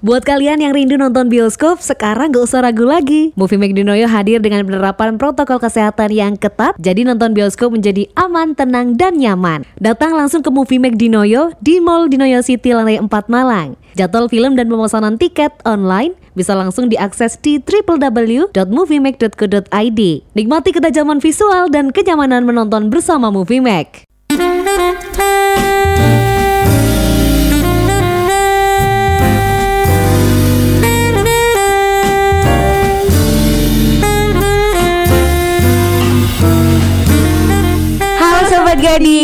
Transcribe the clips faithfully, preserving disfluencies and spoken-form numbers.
Buat kalian yang rindu nonton bioskop, sekarang gak usah ragu lagi. Movie Make di Noyo hadir dengan penerapan protokol kesehatan yang ketat, jadi nonton bioskop menjadi aman, tenang, dan nyaman. Datang langsung ke Movie Make di Noyo di Mall di Noyo City lantai empat Malang. Jadwal film dan pemesanan tiket online bisa langsung diakses di w w w dot moviemake dot co dot i d. Nikmati ketajaman visual dan kenyamanan menonton bersama Movie Make. Sobat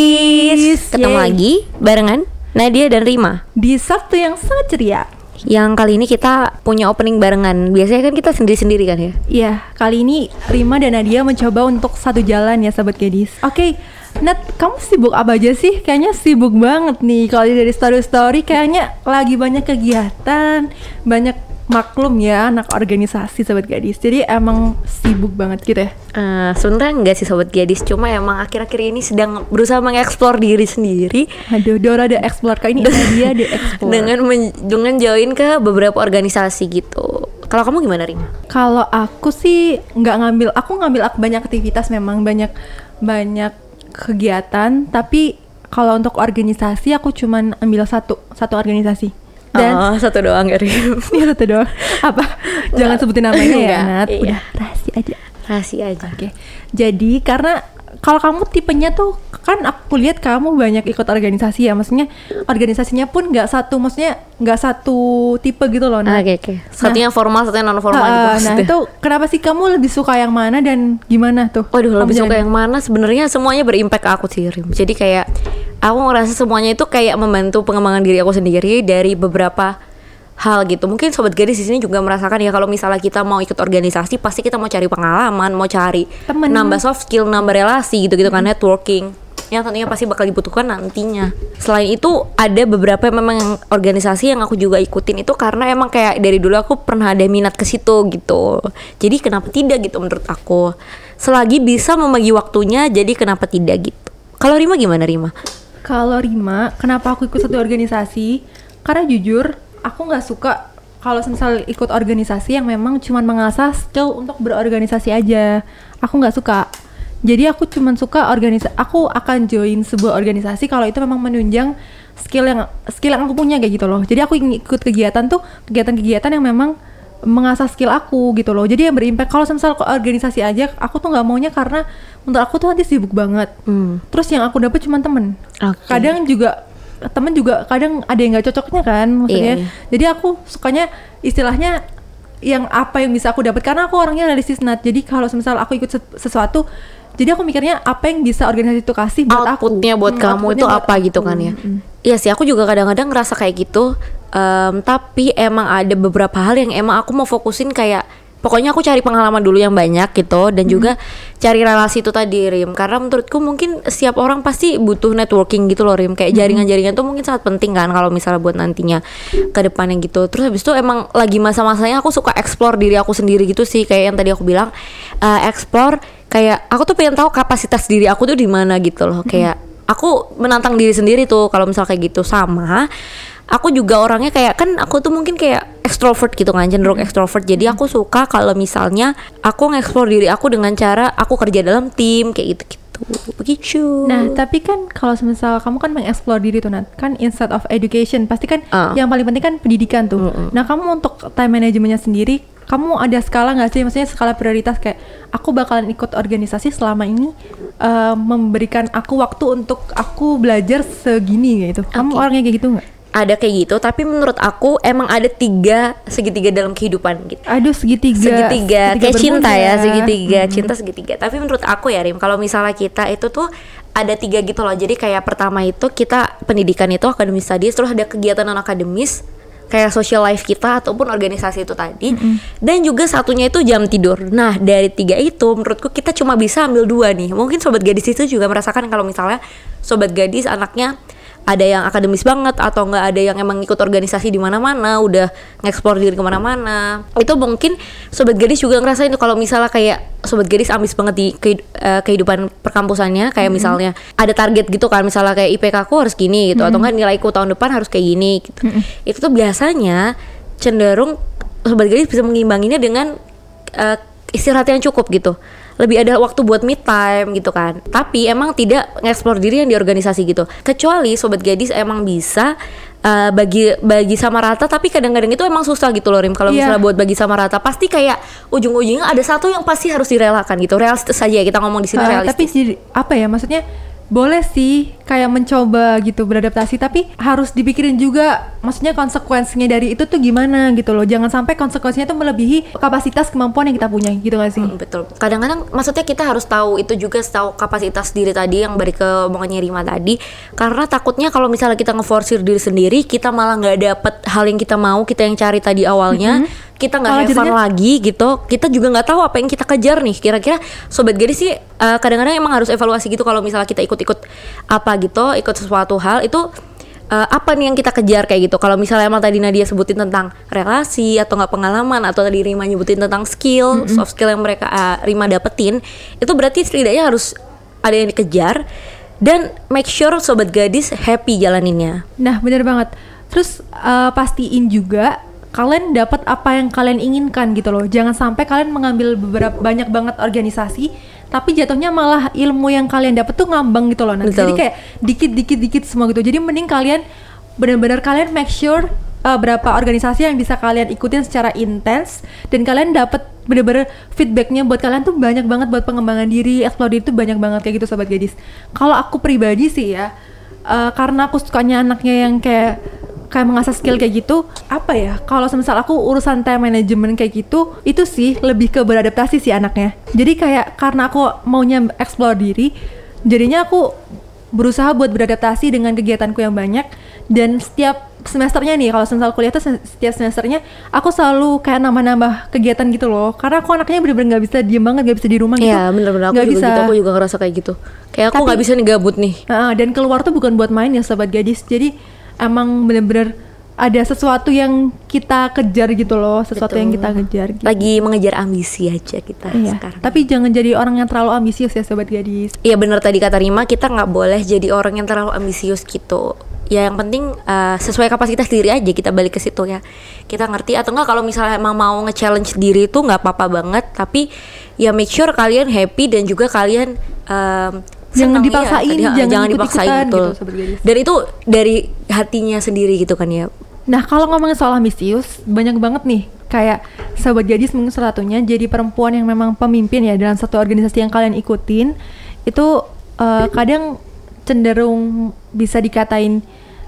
Gadis, ketemu Yeay. lagi barengan Nadia dan Rima di Sabtu yang sangat ceria. Yang kali ini kita punya opening barengan. Biasanya kan kita sendiri-sendiri kan ya. Iya, kali ini Rima dan Nadia mencoba untuk satu jalan ya Sobat Gadis. Oke, Nat, kamu sibuk apa aja sih? Kayaknya sibuk banget nih. Kalau dari story-story kayaknya lagi banyak kegiatan, banyak maklum ya anak organisasi Sobat Gadis. Jadi emang sibuk banget gitu ya. Uh, sebenarnya enggak sih Sobat Gadis, cuma emang akhir-akhir ini sedang berusaha mengeksplor diri sendiri. Aduh, Dora ada explore, kali ini dia ada explore. dengan men- dengan join ke beberapa organisasi gitu. Kalau kamu gimana, Rima? Kalau aku sih nggak ngambil, aku ngambil banyak aktivitas, memang banyak banyak kegiatan. Tapi kalau untuk organisasi aku cuman ambil satu satu organisasi. Dan oh, satu doang gak Rim? Iya satu doang. Apa? Jangan sebutin namanya ya Nat. Iya. Udah rahasia aja. Rahasia aja. Oke. Jadi karena kalau kamu tipenya tuh, kan aku lihat kamu banyak ikut organisasi ya. Maksudnya organisasinya pun nggak satu, maksudnya nggak satu tipe gitu loh. Nah, oke oke. Satunya nah, formal, satunya non formal uh, gitu. Nah itu kenapa sih kamu lebih suka yang mana dan gimana tuh? Waduh, lebih suka yang mana? Sebenarnya semuanya berimpact ke aku sih, Rim. Jadi kayak aku ngerasa semuanya itu kayak membantu pengembangan diri aku sendiri dari beberapa hal gitu. Mungkin Sobat Gadis di sini juga merasakan ya, kalau misalnya kita mau ikut organisasi pasti kita mau cari pengalaman, mau cari temen, nambah soft skill, nambah relasi gitu-gitu kan, networking yang tentunya pasti bakal dibutuhkan nantinya. Selain itu ada beberapa memang organisasi yang aku juga ikutin itu karena emang kayak dari dulu aku pernah ada minat ke situ gitu. Jadi kenapa tidak gitu menurut aku. Selagi bisa membagi waktunya, jadi kenapa tidak gitu. Kalau Rima gimana, Rima? Kalau Rima, kenapa aku ikut satu organisasi? Karena jujur, aku nggak suka kalau misal ikut organisasi yang memang cuma mengasah skill untuk berorganisasi aja. Aku nggak suka. Jadi aku cuma suka organisasi. Aku akan join sebuah organisasi kalau itu memang menunjang skill yang skill yang aku punya kayak gitu loh. Jadi aku ikut kegiatan tuh kegiatan-kegiatan yang memang mengasah skill aku gitu loh. Jadi yang berimpact. Kalau misal ke organisasi aja, aku tuh nggak maunya karena menurut aku tuh nanti sibuk banget. Hmm. Terus yang aku dapet cuma temen. Okay. Kadang juga temen juga kadang ada yang nggak cocoknya kan, maksudnya. Iya, iya. Jadi aku sukanya istilahnya yang apa yang bisa aku dapat, karena aku orangnya realistis Nat. Jadi kalau misal aku ikut sesuatu, jadi aku mikirnya apa yang bisa organisasi itu kasih buat outputnya aku. Outputnya buat hmm, kamu itu apa aku. Gitu kan ya. Iya hmm. sih, aku juga kadang-kadang ngerasa kayak gitu. Um, tapi emang ada beberapa hal yang emang aku mau fokusin, kayak pokoknya aku cari pengalaman dulu yang banyak gitu. Dan hmm. juga cari relasi itu tadi, Rim. Karena menurutku mungkin setiap orang pasti butuh networking gitu loh, Rim. Kayak jaringan-jaringan tuh mungkin sangat penting kan kalau misalnya buat nantinya ke depannya gitu. Terus habis itu emang lagi masa-masanya aku suka explore diri aku sendiri gitu sih. Kayak yang tadi aku bilang, uh, explore. Kayak aku tuh pengen tahu kapasitas diri aku tuh di mana gitu loh. Kayak aku menantang diri sendiri tuh kalau misal kayak gitu. Sama aku juga orangnya kayak, kan aku tuh mungkin kayak extrovert gitu kan, cenderung extrovert. Jadi aku suka kalau misalnya aku nge-explore diri aku dengan cara aku kerja dalam tim kayak gitu-gitu. Begitu. Nah, tapi kan kalau misal kamu kan mengeksplor diri tuh Nat, kan instead of education pasti kan uh. yang paling penting kan pendidikan tuh. Uh-uh. Nah, kamu untuk time managementnya sendiri, kamu ada skala nggak sih? Maksudnya skala prioritas kayak aku bakalan ikut organisasi selama ini uh, memberikan aku waktu untuk aku belajar segini gitu. Kamu okay. orangnya kayak gitu nggak? Ada kayak gitu, tapi menurut aku emang ada tiga segitiga dalam kehidupan gitu. Aduh, segitiga. Segitiga, segitiga kayak cinta ya, segitiga, hmm. cinta segitiga. Tapi menurut aku ya, Rim, kalau misalnya kita itu tuh ada tiga gitu loh. Jadi kayak pertama itu kita pendidikan itu akademis studies, terus ada kegiatan non akademis kayak social life kita ataupun organisasi itu tadi, mm-hmm. dan juga satunya itu jam tidur. Nah, dari tiga itu menurutku kita cuma bisa ambil dua nih. Mungkin Sobat Gadis itu juga merasakan kalau misalnya Sobat Gadis anaknya ada yang akademis banget atau enggak ada yang emang ikut organisasi di mana-mana, udah ngeksplor diri kemana-mana. Itu mungkin Sobat Gadis juga ngerasain tuh kalau misalnya kayak Sobat Gadis ambis banget di kehidupan perkampusannya, kayak mm-hmm. misalnya ada target gitu kan, misalnya kayak I P K aku harus gini gitu, mm-hmm. atau enggak nilaiku tahun depan harus kayak gini gitu. Mm-hmm. Itu tuh biasanya cenderung sobat gadis bisa mengimbanginya dengan uh, istirahat yang cukup gitu. Lebih ada waktu buat me time gitu kan. Tapi emang tidak nge-explore diri yang di organisasi gitu. Kecuali sobat gadis emang bisa uh, bagi bagi sama rata, tapi kadang-kadang itu emang susah gitu loh Rim. Kalau Iya. misalnya buat bagi sama rata, pasti kayak ujung-ujungnya ada satu yang pasti harus direlakan gitu. Realistis saja ya, kita ngomong di sini Uh, realistis. tapi jadi apa ya, maksudnya boleh sih kayak mencoba gitu beradaptasi, tapi harus dipikirin juga maksudnya konsekuensinya dari itu tuh gimana gitu loh. Jangan sampai konsekuensinya tuh melebihi kapasitas kemampuan yang kita punya gitu gak sih? Hmm, betul. Kadang-kadang maksudnya kita harus tahu itu juga, tahu kapasitas diri tadi yang balik ke omongannya Rima tadi. Karena takutnya kalau misalnya kita ngeforsir diri sendiri, kita malah nggak dapet hal yang kita mau, kita yang cari tadi awalnya. Mm-hmm. Kita nggak have fun lagi gitu. Kita juga nggak tahu apa yang kita kejar nih. Kira-kira sobat gadis sih uh, kadang-kadang emang harus evaluasi gitu. Kalau misalnya kita ikut-ikut apa gitu, ikut sesuatu hal itu uh, apa nih yang kita kejar kayak gitu. Kalau misalnya emang tadi Nadia sebutin tentang relasi atau nggak pengalaman, atau tadi Rima nyebutin tentang skill, mm-hmm. soft skill yang mereka uh, Rima dapetin, itu berarti setidaknya harus ada yang dikejar. Dan make sure sobat gadis happy jalaninnya. Nah benar banget. Terus uh, pastiin juga kalian dapat apa yang kalian inginkan gitu loh. Jangan sampai kalian mengambil beberapa banyak banget organisasi, tapi jatuhnya malah ilmu yang kalian dapat tuh ngambang gitu loh. Nanti jadi kayak dikit-dikit-dikit semua gitu. Jadi mending kalian benar-benar kalian make sure uh, berapa organisasi yang bisa kalian ikutin secara intens, dan kalian dapat benar-benar feedbacknya buat kalian tuh banyak banget buat pengembangan diri, explore diri tuh banyak banget kayak gitu sobat gadis. Kalau aku pribadi sih ya, uh, karena aku sukanya anaknya yang kayak kayak mengasah skill kayak gitu, apa ya, kalau semisal aku urusan time management kayak gitu, itu sih lebih ke beradaptasi sih anaknya. Jadi kayak karena aku maunya explore diri, jadinya aku berusaha buat beradaptasi dengan kegiatanku yang banyak. Dan setiap semesternya nih, kalau semisal kuliah tuh setiap semesternya aku selalu kayak nambah-nambah kegiatan gitu loh. Karena aku anaknya bener-bener gak bisa diem banget, gak bisa di rumah gitu. Iya bener-bener, aku gak juga bisa. gitu, aku juga ngerasa kayak gitu. Kayak aku Tapi, gak bisa nih gabut nih. uh, Dan keluar tuh bukan buat main ya sobat gadis. Jadi emang bener-bener ada sesuatu yang kita kejar gitu loh, sesuatu Betul. yang kita kejar gitu. Lagi mengejar ambisi aja kita Iya. sekarang. Tapi jangan jadi orang yang terlalu ambisius ya sobat gadis. Iya bener tadi kata Rima, kita nggak boleh jadi orang yang terlalu ambisius gitu. Ya yang penting uh, sesuai kapasitas diri aja, kita balik ke situ ya. Kita ngerti atau enggak, kalau misalnya emang mau nge-challenge diri itu nggak apa-apa banget, tapi ya make sure kalian happy dan juga kalian um, Jangan senang, dipaksain, iya, tadi, jangan, jangan ikut-ikutan dipaksain betul. gitu sobat gadis. Dan itu dari hatinya sendiri gitu kan ya. Nah kalau ngomongin soal ambisius, banyak banget nih kayak sobat gadis mungkin salah satunya jadi perempuan yang memang pemimpin ya dalam satu organisasi yang kalian ikutin, itu uh, kadang cenderung bisa dikatain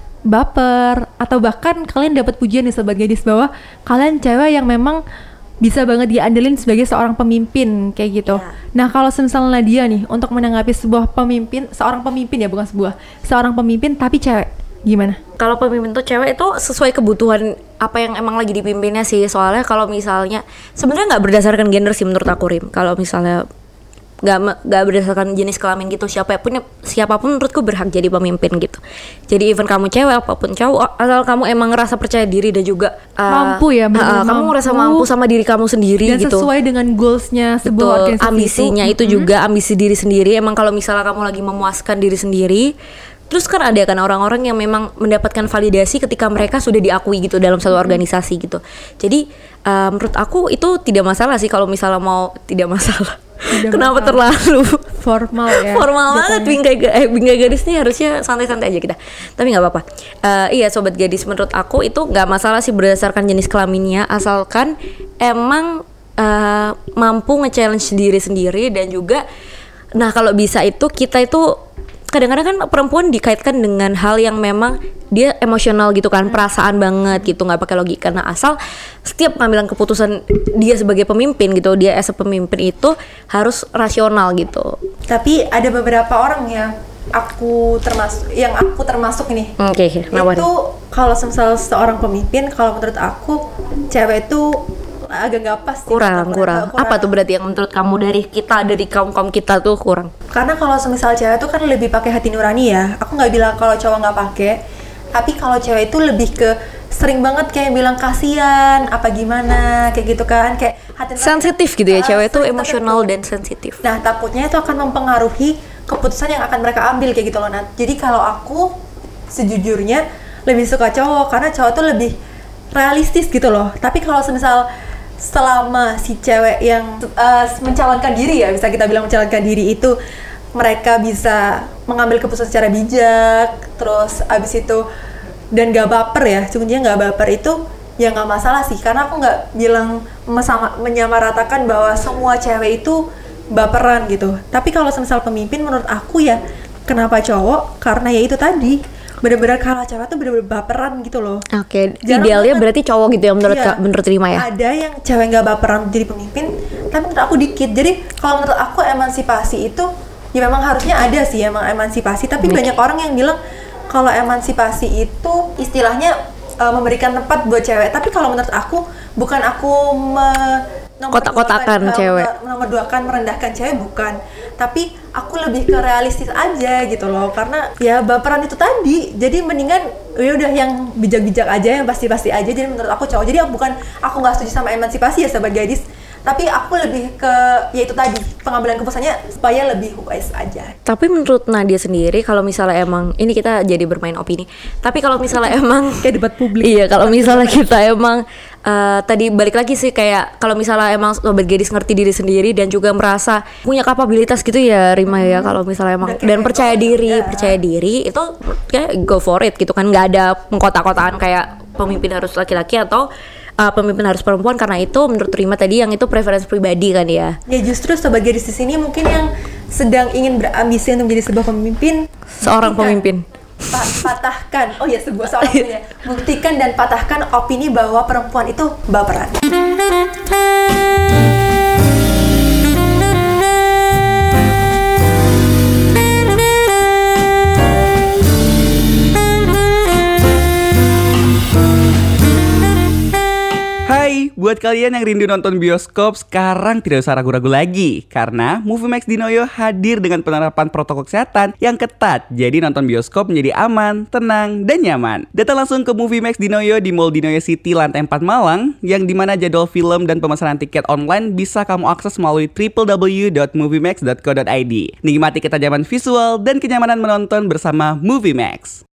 baper, atau bahkan kalian dapat pujian nih sobat gadis bahwa kalian cewek yang memang bisa banget diandelin sebagai seorang pemimpin kayak gitu. Yeah. Nah kalau misalnya dia nih untuk menanggapi sebuah pemimpin, seorang pemimpin ya bukan sebuah, seorang pemimpin tapi cewek, gimana? Kalau pemimpin tuh cewek itu sesuai kebutuhan apa yang emang lagi dipimpinnya sih. Soalnya kalau misalnya sebenarnya nggak berdasarkan gender sih menurut aku Rim. Kalau misalnya nggak nggak berdasarkan jenis kelamin gitu, siapapun siapapun menurutku berhak jadi pemimpin gitu. Jadi even kamu cewek apapun cowok, asal kamu emang ngerasa percaya diri dan juga uh, mampu ya, uh, uh, kamu ngerasa mampu sama diri kamu sendiri dan gitu. Dan sesuai dengan goalsnya sebuah Betul, organisasi ambisinya itu, itu mm-hmm. juga ambisi diri sendiri. Emang kalau misalnya kamu lagi memuaskan diri sendiri, terus kan ada kan orang-orang yang memang mendapatkan validasi ketika mereka sudah diakui gitu dalam satu organisasi gitu. Jadi uh, menurut aku itu tidak masalah sih kalau misalnya mau, tidak masalah. Tidak Kenapa masalah. Terlalu formal ya? Formal banget, bingkai eh, bingkai gadis nih harusnya santai-santai aja kita. Tapi nggak apa-apa. Uh, iya sobat gadis, menurut aku itu nggak masalah sih berdasarkan jenis kelaminnya, asalkan emang uh, mampu nge-challenge diri sendiri. Dan juga, nah kalau bisa itu kita itu kadang-kadang kan perempuan dikaitkan dengan hal yang memang dia emosional gitu kan, perasaan banget gitu, nggak pakai logika. Nah asal setiap pengambilan keputusan dia sebagai pemimpin gitu, dia as a pemimpin itu harus rasional gitu. Tapi ada beberapa orang yang aku termasuk, yang aku termasuk ini. Oke, okay, itu kalau misal seorang pemimpin, kalau menurut aku cewek itu agak nggak pas sih, kurang, kurang. kurang. Apa tuh berarti yang menurut kamu dari kita, dari kaum kaum kita tuh kurang? Karena kalau semisal cewek tuh kan lebih pakai hati nurani ya. Aku nggak bilang kalau cowok nggak pakai, tapi kalau cewek itu lebih ke sering banget kayak bilang kasihan, apa gimana, kayak gitu kan, kayak hati sensitif gitu ya. Uh, cewek tuh emosional dan sensitif. Nah takutnya itu akan mempengaruhi keputusan yang akan mereka ambil kayak gitu loh Nat. Jadi kalau aku sejujurnya lebih suka cowok, karena cowok tuh lebih realistis gitu loh. Tapi kalau semisal selama si cewek yang uh, mencalonkan diri ya, bisa kita bilang mencalonkan diri itu, mereka bisa mengambil keputusan secara bijak, terus abis itu dan gak baper ya, kuncinya gak baper itu ya nggak masalah sih, karena aku nggak bilang mesama, menyamaratakan bahwa semua cewek itu baperan gitu. Tapi kalau semisal pemimpin, menurut aku ya kenapa cowok? Karena ya itu tadi, bener-bener kalau cewek tuh bener-bener baperan gitu loh. Oke, Jarang idealnya banget. berarti cowok gitu ya menurut Iya. Kak, menurut Rima ya. Ada yang cewek nggak baperan jadi pemimpin, tapi menurut aku dikit. Jadi kalau menurut aku emansipasi itu ya memang harusnya ada sih, emang emansipasi. Tapi Oke. banyak orang yang bilang kalau emansipasi itu istilahnya uh, memberikan tempat buat cewek. Tapi kalau menurut aku, bukan aku me- nomor Kotak-kotakan duakan, uh, cewek. nomor duakan merendahkan cewek, bukan. Tapi aku lebih ke realistis aja gitu loh, karena ya baperan itu tadi. Jadi mendingan ya udah yang bijak-bijak aja, yang pasti-pasti aja. Jadi menurut aku cowok. Jadi aku bukan aku nggak setuju sama emansipasi ya sahabat gadis. Tapi aku lebih ke ya itu tadi, pengambilan keputusannya supaya lebih wise aja. Tapi menurut Nadia sendiri, kalau misalnya emang ini kita jadi bermain opini. Tapi kalau misalnya emang Kayak debat publik. iya, kalau misalnya kita emang uh, tadi balik lagi sih kayak kalau misalnya emang sobat gadis ngerti diri sendiri dan juga merasa punya kapabilitas gitu ya Rima ya. Kalau misalnya emang Udah dan kayak percaya gitu, diri, ya. percaya diri itu kayak go for it gitu kan. Nggak ada pengkotak-kotakan kayak pemimpin harus laki-laki atau uh, pemimpin harus perempuan, karena itu menurut Rima tadi yang itu preferensi pribadi kan ya. Ya justru sobat gadis di sini mungkin yang sedang ingin berambisi untuk menjadi sebuah pemimpin, Seorang buktikan, pemimpin. pa- patahkan, oh ya sebuah seorang pemimpin ya. Buktikan dan patahkan opini bahwa perempuan itu baperan. Hai, buat kalian yang rindu nonton bioskop, sekarang tidak usah ragu-ragu lagi. Karena Movie Max Dinoyo hadir dengan penerapan protokol kesehatan yang ketat. Jadi nonton bioskop menjadi aman, tenang, dan nyaman. Datang langsung ke Movie Max Dinoyo di Mall Dinoyo City lantai empat Malang, yang dimana jadwal film dan pemesanan tiket online bisa kamu akses melalui w w w dot movie max dot co dot i d. Nikmati ketajaman visual dan kenyamanan menonton bersama Movie Max.